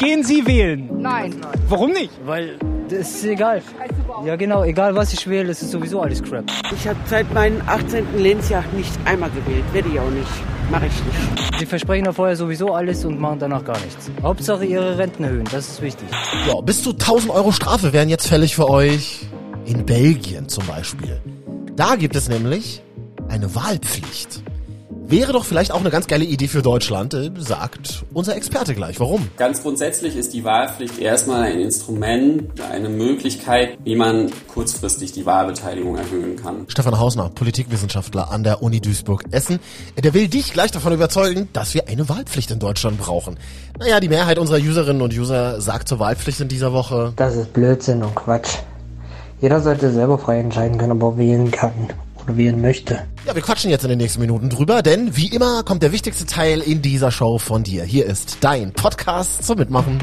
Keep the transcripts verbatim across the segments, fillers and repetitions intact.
Gehen Sie wählen? Nein. Warum nicht? Weil das ist egal. Ja genau, egal was ich wähle, es ist sowieso alles Crap. Ich habe seit meinem achtzehnten Lebensjahr nicht einmal gewählt. Werde ich auch nicht. Mache ich nicht. Sie versprechen ja vorher sowieso alles und machen danach gar nichts. Hauptsache ihre Renten erhöhen, das ist wichtig. Ja, bis zu tausend Euro Strafe wären jetzt fällig für euch. In Belgien zum Beispiel. Da gibt es nämlich eine Wahlpflicht. Wäre doch vielleicht auch eine ganz geile Idee für Deutschland, äh, sagt unser Experte gleich. Warum? Ganz grundsätzlich ist die Wahlpflicht erstmal ein Instrument, eine Möglichkeit, wie man kurzfristig die Wahlbeteiligung erhöhen kann. Stefan Hausner, Politikwissenschaftler an der Uni Duisburg-Essen, der will dich gleich davon überzeugen, dass wir eine Wahlpflicht in Deutschland brauchen. Naja, die Mehrheit unserer Userinnen und User sagt zur Wahlpflicht in dieser Woche: Das ist Blödsinn und Quatsch. Jeder sollte selber frei entscheiden können, ob er wählen kann oder wählen möchte. Ja, wir quatschen jetzt in den nächsten Minuten drüber, denn wie immer kommt der wichtigste Teil in dieser Show von dir. Hier ist dein Podcast zum Mitmachen.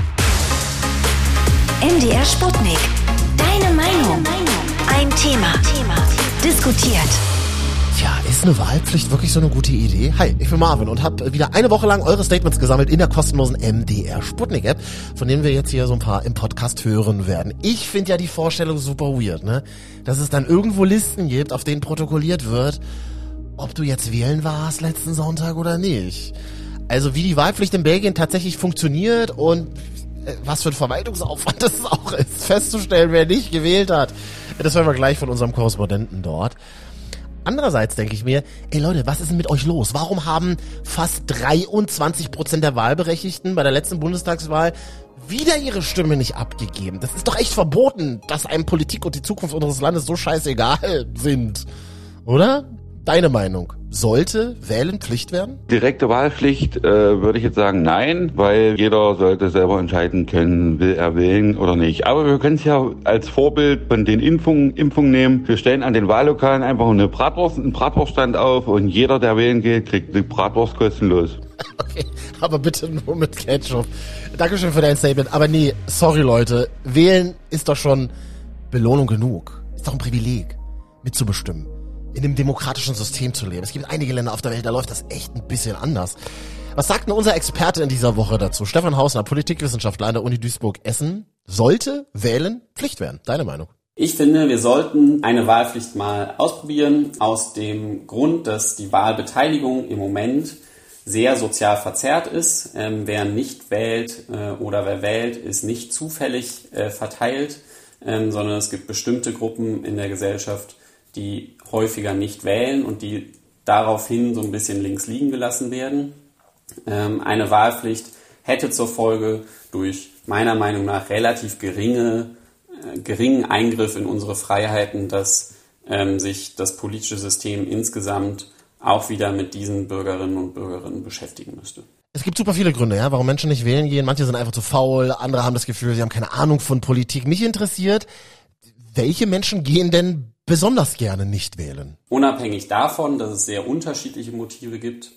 M D R Sputnik. Deine Meinung. Ein Thema. Diskutiert. Tja, ist eine Wahlpflicht wirklich so eine gute Idee? Hi, ich bin Marvin und habe wieder eine Woche lang eure Statements gesammelt in der kostenlosen M D R Sputnik App, von denen wir jetzt hier so ein paar im Podcast hören werden. Ich finde ja die Vorstellung super weird, ne? Dass es dann irgendwo Listen gibt, auf denen protokolliert wird, ob du jetzt wählen warst letzten Sonntag oder nicht. Also wie die Wahlpflicht in Belgien tatsächlich funktioniert und was für ein Verwaltungsaufwand das auch ist, festzustellen, wer nicht gewählt hat. Das hören wir gleich von unserem Korrespondenten dort. Andererseits denke ich mir, ey Leute, was ist denn mit euch los? Warum haben fast dreiundzwanzig Prozent der Wahlberechtigten bei der letzten Bundestagswahl wieder ihre Stimme nicht abgegeben? Das ist doch echt verboten, dass einem Politik und die Zukunft unseres Landes so scheißegal sind. Oder? Deine Meinung. Sollte Wählen Pflicht werden? Direkte Wahlpflicht äh, würde ich jetzt sagen nein, weil jeder sollte selber entscheiden können, will er wählen oder nicht. Aber wir können es ja als Vorbild von den Impfungen, Impfungen nehmen. Wir stellen an den Wahllokalen einfach eine Bratwurst, einen Bratwurststand auf und jeder, der wählen geht, kriegt die Bratwurst kostenlos. Okay, aber bitte nur mit Ketchup. Dankeschön für dein Statement. Aber nee, sorry Leute, wählen ist doch schon Belohnung genug. Ist doch ein Privileg, mitzubestimmen. In einem demokratischen System zu leben. Es gibt einige Länder auf der Welt, da läuft das echt ein bisschen anders. Was sagt denn unser Experte in dieser Woche dazu? Stefan Hausner, Politikwissenschaftler an der Uni Duisburg-Essen. Sollte Wählen Pflicht werden? Deine Meinung? Ich finde, wir sollten eine Wahlpflicht mal ausprobieren, aus dem Grund, dass die Wahlbeteiligung im Moment sehr sozial verzerrt ist. Ähm, wer nicht wählt äh, oder wer wählt, ist nicht zufällig äh, verteilt, ähm, sondern es gibt bestimmte Gruppen in der Gesellschaft, die häufiger nicht wählen und die daraufhin so ein bisschen links liegen gelassen werden. Ähm, eine Wahlpflicht hätte zur Folge durch meiner Meinung nach relativ geringe, äh, geringen Eingriff in unsere Freiheiten, dass ähm, sich das politische System insgesamt auch wieder mit diesen Bürgerinnen und Bürgerinnen beschäftigen müsste. Es gibt super viele Gründe, ja, warum Menschen nicht wählen gehen. Manche sind einfach zu faul, andere haben das Gefühl, sie haben keine Ahnung von Politik. Mich interessiert, welche Menschen gehen denn besonders gerne nicht wählen? Unabhängig davon, dass es sehr unterschiedliche Motive gibt,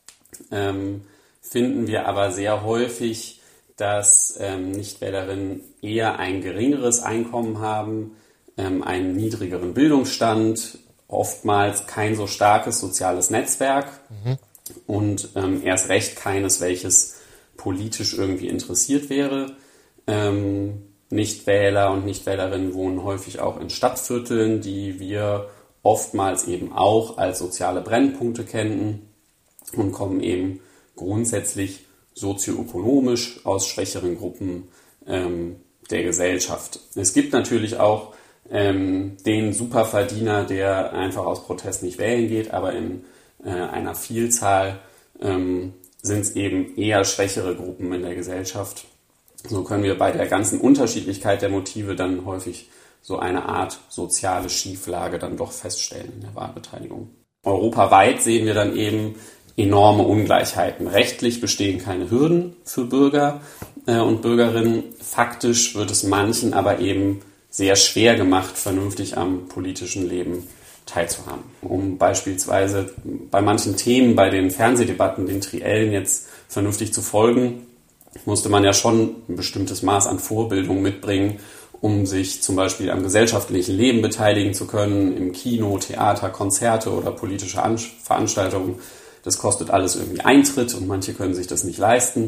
ähm, finden wir aber sehr häufig, dass ähm, Nichtwählerinnen eher ein geringeres Einkommen haben, ähm, einen niedrigeren Bildungsstand, oftmals kein so starkes soziales Netzwerk mhm. und ähm, erst recht keines, welches politisch irgendwie interessiert wäre. Ähm, Nichtwähler und Nichtwählerinnen wohnen häufig auch in Stadtvierteln, die wir oftmals eben auch als soziale Brennpunkte kennen und kommen eben grundsätzlich sozioökonomisch aus schwächeren Gruppen ähm, der Gesellschaft. Es gibt natürlich auch ähm, den Superverdiener, der einfach aus Protest nicht wählen geht, aber in äh, einer Vielzahl ähm, sind es eben eher schwächere Gruppen in der Gesellschaft. So können wir bei der ganzen Unterschiedlichkeit der Motive dann häufig so eine Art soziale Schieflage dann doch feststellen in der Wahlbeteiligung. Europaweit sehen wir dann eben enorme Ungleichheiten. Rechtlich bestehen keine Hürden für Bürger äh, und Bürgerinnen. Faktisch wird es manchen aber eben sehr schwer gemacht, vernünftig am politischen Leben teilzuhaben. Um beispielsweise bei manchen Themen, bei den Fernsehdebatten, den Triellen jetzt vernünftig zu folgen, musste man ja schon ein bestimmtes Maß an Vorbildung mitbringen, um sich zum Beispiel am gesellschaftlichen Leben beteiligen zu können, im Kino, Theater, Konzerte oder politische An- Veranstaltungen. Das kostet alles irgendwie Eintritt und manche können sich das nicht leisten.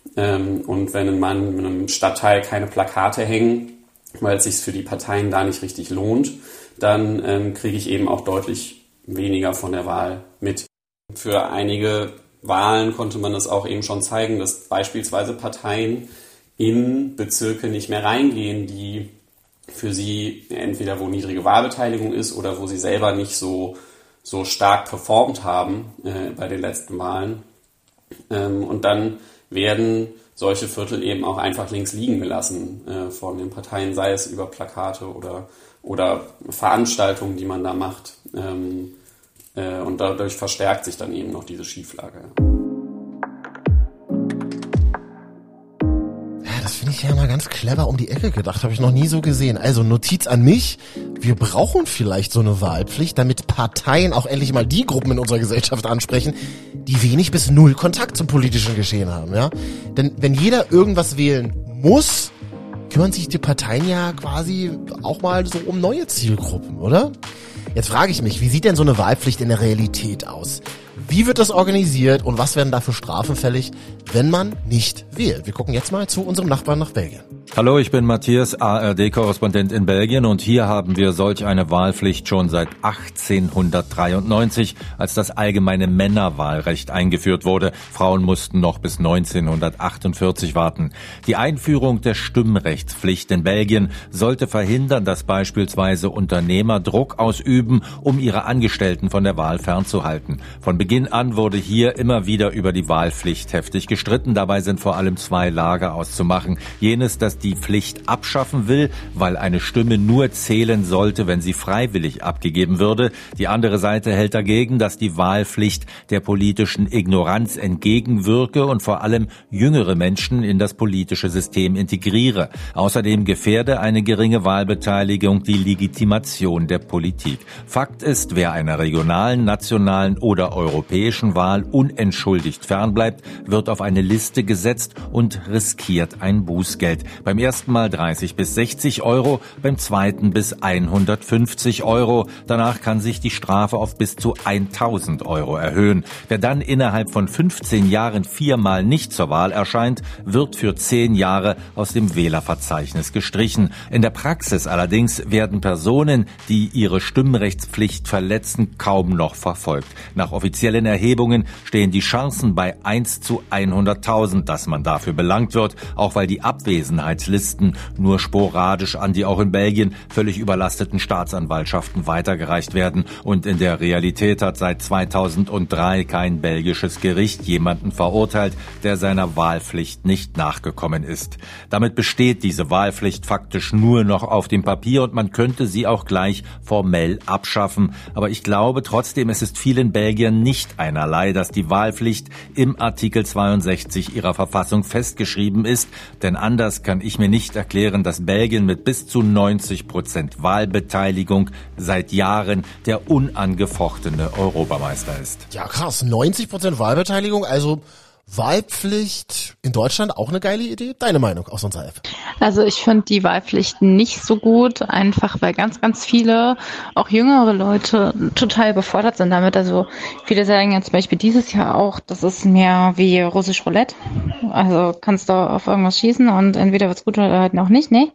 Ähm, und wenn ein Mann in einem Stadtteil keine Plakate hängen, weil es sich für die Parteien da nicht richtig lohnt, dann ähm, kriege ich eben auch deutlich weniger von der Wahl mit. Für einige Wahlen konnte man das auch eben schon zeigen, dass beispielsweise Parteien in Bezirke nicht mehr reingehen, die für sie entweder wo niedrige Wahlbeteiligung ist oder wo sie selber nicht so, so stark performt haben äh, bei den letzten Wahlen. Ähm, und dann werden solche Viertel eben auch einfach links liegen gelassen äh, von den Parteien, sei es über Plakate oder, oder Veranstaltungen, die man da macht. Ähm, äh, und dadurch verstärkt sich dann eben noch diese Schieflage. Das finde ich ja mal ganz clever um die Ecke gedacht, habe ich noch nie so gesehen. Also Notiz an mich, wir brauchen vielleicht so eine Wahlpflicht, damit Parteien auch endlich mal die Gruppen in unserer Gesellschaft ansprechen, die wenig bis null Kontakt zum politischen Geschehen haben. Ja? Denn wenn jeder irgendwas wählen muss, kümmern sich die Parteien ja quasi auch mal so um neue Zielgruppen, oder? Jetzt frage ich mich, wie sieht denn so eine Wahlpflicht in der Realität aus? Wie wird das organisiert und was werden da für Strafen fällig, wenn man nicht wählt? Wir gucken jetzt mal zu unserem Nachbarn nach Belgien. Hallo, ich bin Matthias, A R D-Korrespondent in Belgien und hier haben wir solch eine Wahlpflicht schon seit achtzehnhundertdreiundneunzig, als das allgemeine Männerwahlrecht eingeführt wurde. Frauen mussten noch bis neunzehnhundertachtundvierzig warten. Die Einführung der Stimmrechtspflicht in Belgien sollte verhindern, dass beispielsweise Unternehmer Druck ausüben, um ihre Angestellten von der Wahl fernzuhalten. Von Beginn an wurde hier immer wieder über die Wahlpflicht heftig gestritten. Dabei sind vor allem zwei Lager auszumachen. Jenes, das die Pflicht abschaffen will, weil eine Stimme nur zählen sollte, wenn sie freiwillig abgegeben würde. Die andere Seite hält dagegen, dass die Wahlpflicht der politischen Ignoranz entgegenwirke und vor allem jüngere Menschen in das politische System integriere. Außerdem gefährde eine geringe Wahlbeteiligung die Legitimation der Politik. Fakt ist, wer einer regionalen, nationalen oder europäischen Wahl unentschuldigt fernbleibt, wird auf eine Liste gesetzt und riskiert ein Bußgeld. Beim ersten Mal dreißig bis sechzig Euro, beim zweiten bis hundertfünfzig Euro. Danach kann sich die Strafe auf bis zu tausend Euro erhöhen. Wer dann innerhalb von fünfzehn Jahren viermal nicht zur Wahl erscheint, wird für zehn Jahre aus dem Wählerverzeichnis gestrichen. In der Praxis allerdings werden Personen, die ihre Stimmrechtspflicht verletzen, kaum noch verfolgt. Nach offiziellen Erhebungen stehen die Chancen bei eins zu hunderttausend, dass man dafür belangt wird, auch weil die Abwesenheitslisten nur sporadisch an die auch in Belgien völlig überlasteten Staatsanwaltschaften weitergereicht werden. Und in der Realität hat seit zweitausenddrei kein belgisches Gericht jemanden verurteilt, der seiner Wahlpflicht nicht nachgekommen ist. Damit besteht diese Wahlpflicht faktisch nur noch auf dem Papier und man könnte sie auch gleich formell abschaffen. Aber ich glaube trotzdem, es ist vielen Belgiern nicht einerlei, dass die Wahlpflicht im Artikel zweiundsechzig ihrer Verfassung festgeschrieben ist, denn anders kann ich mir nicht erklären, dass Belgien mit bis zu neunzig Prozent Wahlbeteiligung seit Jahren der unangefochtene Europameister ist. Ja krass, neunzig Prozent Wahlbeteiligung, also Wahlpflicht in Deutschland auch eine geile Idee? Deine Meinung aus unserer App? Also ich finde die Wahlpflicht nicht so gut, einfach weil ganz, ganz viele, auch jüngere Leute, total überfordert sind damit. Also viele sagen ja zum Beispiel dieses Jahr auch, das ist mehr wie russisch Roulette. Also kannst du auf irgendwas schießen und entweder wird's gut oder halt noch nicht, ne?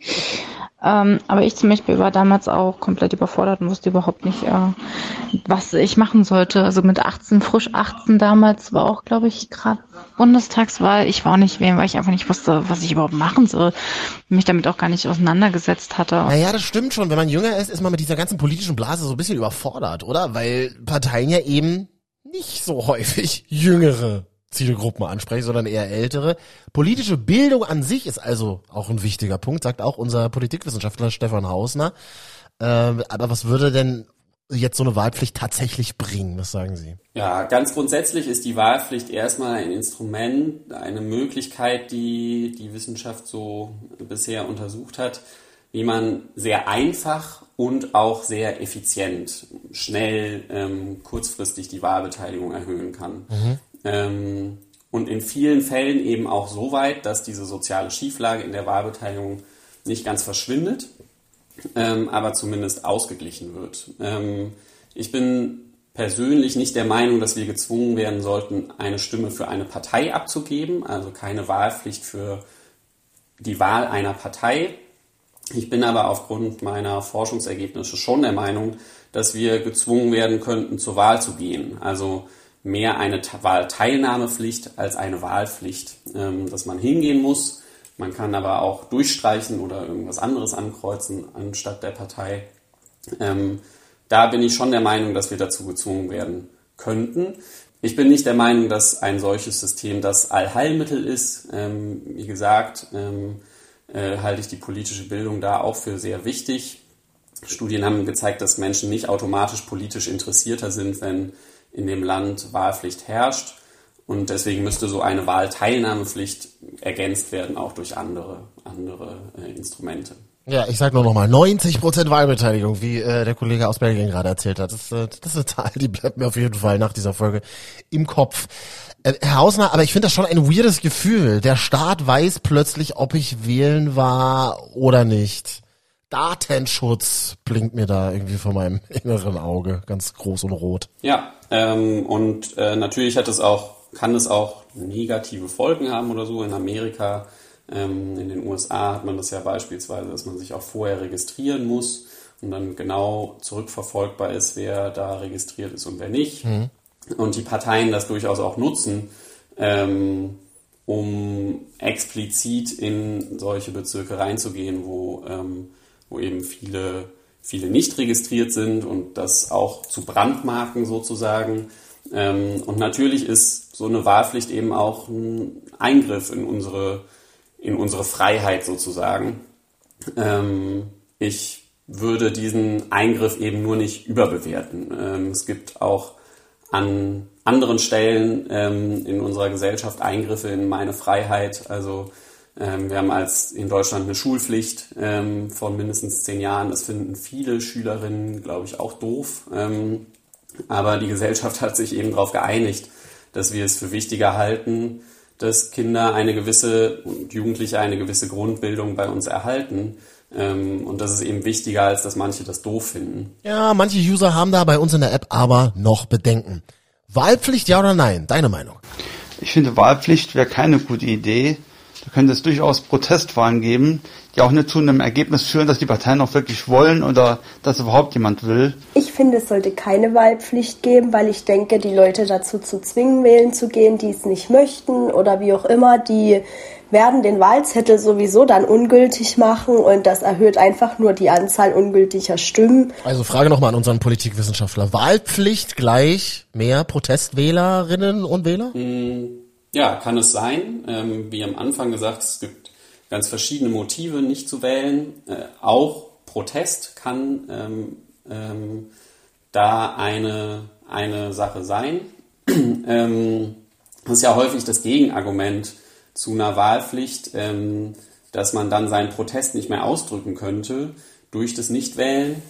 Ähm, aber ich zum Beispiel war damals auch komplett überfordert und wusste überhaupt nicht, äh, was ich machen sollte. Also mit achtzehn, frisch achtzehn damals war auch, glaube ich, gerade Bundestagswahl. Ich war auch nicht wählen, weil ich einfach nicht wusste, was ich überhaupt machen soll. Mich damit auch gar nicht auseinandergesetzt hatte. Naja, das stimmt schon. Wenn man jünger ist, ist man mit dieser ganzen politischen Blase so ein bisschen überfordert, oder? Weil Parteien ja eben nicht so häufig jüngere Zielgruppen ansprechen, sondern eher ältere. Politische Bildung an sich ist also auch ein wichtiger Punkt, sagt auch unser Politikwissenschaftler Stefan Hausner. Ähm, aber was würde denn jetzt so eine Wahlpflicht tatsächlich bringen? Was sagen Sie? Ja, ganz grundsätzlich ist die Wahlpflicht erstmal ein Instrument, eine Möglichkeit, die die Wissenschaft so bisher untersucht hat, wie man sehr einfach und auch sehr effizient, schnell, ähm, kurzfristig die Wahlbeteiligung erhöhen kann. Mhm. Ähm, und in vielen Fällen eben auch so weit, dass diese soziale Schieflage in der Wahlbeteiligung nicht ganz verschwindet, ähm, aber zumindest ausgeglichen wird. Ähm, ich bin persönlich nicht der Meinung, dass wir gezwungen werden sollten, eine Stimme für eine Partei abzugeben, also keine Wahlpflicht für die Wahl einer Partei. Ich bin aber aufgrund meiner Forschungsergebnisse schon der Meinung, dass wir gezwungen werden könnten, zur Wahl zu gehen. Also mehr eine Wahlteilnahmepflicht als eine Wahlpflicht, ähm, dass man hingehen muss. Man kann aber auch durchstreichen oder irgendwas anderes ankreuzen anstatt der Partei. Ähm, da bin ich schon der Meinung, dass wir dazu gezwungen werden könnten. Ich bin nicht der Meinung, dass ein solches System das Allheilmittel ist. Ähm, wie gesagt, ähm, äh, halte ich die politische Bildung da auch für sehr wichtig. Studien haben gezeigt, dass Menschen nicht automatisch politisch interessierter sind, wenn in dem Land Wahlpflicht herrscht. Und deswegen müsste so eine Wahlteilnahmepflicht ergänzt werden, auch durch andere, andere äh, Instrumente. Ja, ich sag nur nochmal, neunzig Prozent Wahlbeteiligung, wie äh, der Kollege aus Belgien gerade erzählt hat. Das, äh, das ist eine Zahl, die bleibt mir auf jeden Fall nach dieser Folge im Kopf. Äh, Herr Hausner, aber ich finde das schon ein weirdes Gefühl. Der Staat weiß plötzlich, ob ich wählen war oder nicht. Datenschutz blinkt mir da irgendwie vor meinem inneren Auge, ganz groß und rot. Ja, ähm, und äh, natürlich hat es auch, kann es auch negative Folgen haben oder so. In Amerika, ähm, in den U S A hat man das ja beispielsweise, dass man sich auch vorher registrieren muss und dann genau zurückverfolgbar ist, wer da registriert ist und wer nicht. Mhm. Und die Parteien das durchaus auch nutzen, ähm, um explizit in solche Bezirke reinzugehen, wo ähm, wo eben viele, viele nicht registriert sind und das auch zu Brandmarken sozusagen. Und natürlich ist so eine Wahlpflicht eben auch ein Eingriff in unsere, in unsere Freiheit sozusagen. Ich würde diesen Eingriff eben nur nicht überbewerten. Es gibt auch an anderen Stellen in unserer Gesellschaft Eingriffe in meine Freiheit, also wir haben als in Deutschland eine Schulpflicht ähm, von mindestens zehn Jahren. Das finden viele Schülerinnen, glaube ich, auch doof. Ähm, aber die Gesellschaft hat sich eben darauf geeinigt, dass wir es für wichtiger halten, dass Kinder eine gewisse und Jugendliche eine gewisse Grundbildung bei uns erhalten. Ähm, und das ist eben wichtiger, als dass manche das doof finden. Ja, manche User haben da bei uns in der App aber noch Bedenken. Wahlpflicht, ja oder nein? Deine Meinung? Ich finde, Wahlpflicht wäre keine gute Idee. Da könnte es durchaus Protestwahlen geben, die auch nicht zu einem Ergebnis führen, dass die Parteien auch wirklich wollen oder dass überhaupt jemand will. Ich finde, es sollte keine Wahlpflicht geben, weil ich denke, die Leute dazu zu zwingen, wählen zu gehen, die es nicht möchten oder wie auch immer, die werden den Wahlzettel sowieso dann ungültig machen und das erhöht einfach nur die Anzahl ungültiger Stimmen. Also Frage nochmal an unseren Politikwissenschaftler. Wahlpflicht gleich mehr Protestwählerinnen und Wähler? Mm. Ja, kann es sein. Ähm, wie am Anfang gesagt, es gibt ganz verschiedene Motive, nicht zu wählen. Äh, auch Protest kann ähm, ähm, da eine, eine Sache sein. ähm, das ist ja häufig das Gegenargument zu einer Wahlpflicht, ähm, dass man dann seinen Protest nicht mehr ausdrücken könnte durch das Nichtwählen.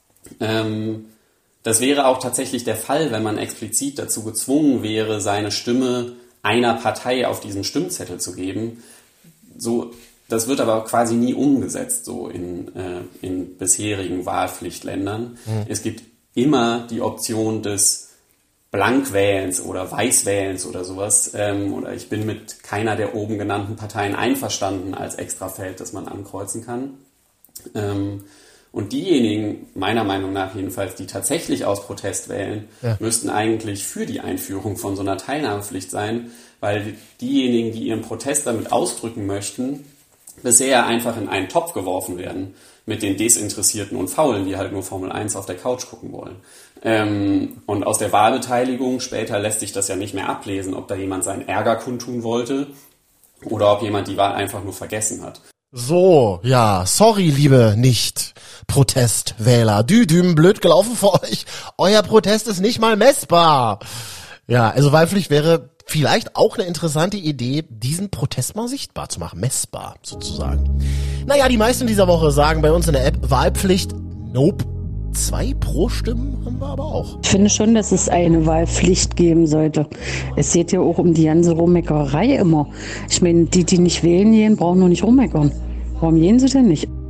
Ähm, das wäre auch tatsächlich der Fall, wenn man explizit dazu gezwungen wäre, seine Stimme einer Partei auf diesen Stimmzettel zu geben. So, das wird aber quasi nie umgesetzt, so in, äh, in bisherigen Wahlpflichtländern. Mhm. Es gibt immer die Option des Blankwählens oder Weißwählens oder sowas. Ähm, oder ich bin mit keiner der oben genannten Parteien einverstanden als Extrafeld, das man ankreuzen kann. Ähm, Und diejenigen, meiner Meinung nach jedenfalls, die tatsächlich aus Protest wählen, ja. müssten eigentlich für die Einführung von so einer Teilnahmepflicht sein, weil diejenigen, die ihren Protest damit ausdrücken möchten, bisher einfach in einen Topf geworfen werden mit den Desinteressierten und Faulen, die halt nur Formel eins auf der Couch gucken wollen. Ähm, und aus der Wahlbeteiligung später lässt sich das ja nicht mehr ablesen, ob da jemand seinen Ärger kundtun wollte oder ob jemand die Wahl einfach nur vergessen hat. So, ja, sorry, liebe Nicht-Protestwähler. Düdüm, blöd gelaufen für euch. Euer Protest ist nicht mal messbar. Ja, also Wahlpflicht wäre vielleicht auch eine interessante Idee, diesen Protest mal sichtbar zu machen, messbar sozusagen. Naja, die meisten dieser Woche sagen bei uns in der App Wahlpflicht, nope. Zwei Pro-Stimmen haben wir aber auch. Ich finde schon, dass es eine Wahlpflicht geben sollte. Es geht ja auch um die ganze Rummeckerei immer. Ich meine, die, die nicht wählen gehen, brauchen nur nicht rummeckern. Warum gehen sie denn nicht?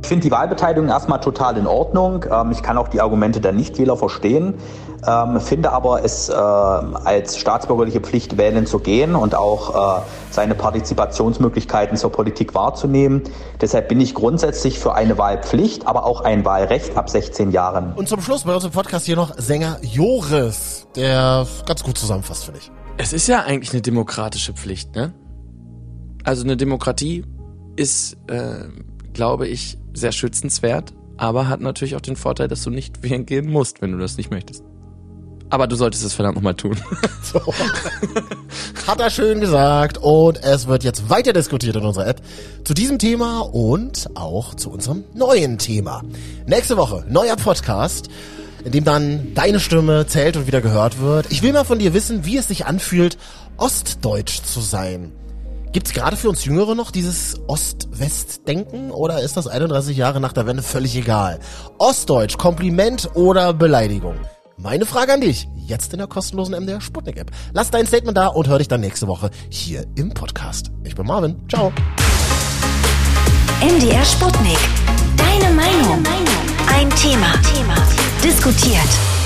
Ich finde die Wahlbeteiligung erstmal total in Ordnung. Ähm, ich kann auch die Argumente der Nichtwähler verstehen, ähm, finde aber es äh, als staatsbürgerliche Pflicht, wählen zu gehen und auch äh, seine Partizipationsmöglichkeiten zur Politik wahrzunehmen. Deshalb bin ich grundsätzlich für eine Wahlpflicht, aber auch ein Wahlrecht ab sechzehn Jahren. Und zum Schluss bei uns im Podcast hier noch Sänger Joris, der ganz gut zusammenfasst, finde ich. Es ist ja eigentlich eine demokratische Pflicht, ne? Also eine Demokratie ist, äh, glaube ich, sehr schützenswert, aber hat natürlich auch den Vorteil, dass du nicht wählen gehen musst, wenn du das nicht möchtest. Aber du solltest es verdammt nochmal tun. So. Hat er schön gesagt. Und es wird jetzt weiter diskutiert in unserer App zu diesem Thema und auch zu unserem neuen Thema. Nächste Woche, neuer Podcast, in dem dann deine Stimme zählt und wieder gehört wird. Ich will mal von dir wissen, wie es sich anfühlt, ostdeutsch zu sein. Gibt's gerade für uns Jüngere noch dieses Ost-West-Denken oder ist das einunddreißig Jahre nach der Wende völlig egal? Ostdeutsch, Kompliment oder Beleidigung? Meine Frage an dich, jetzt in der kostenlosen M D R Sputnik App. Lass dein Statement da und hör dich dann nächste Woche hier im Podcast. Ich bin Marvin, ciao. M D R Sputnik. Deine Meinung. Ein Thema. Diskutiert.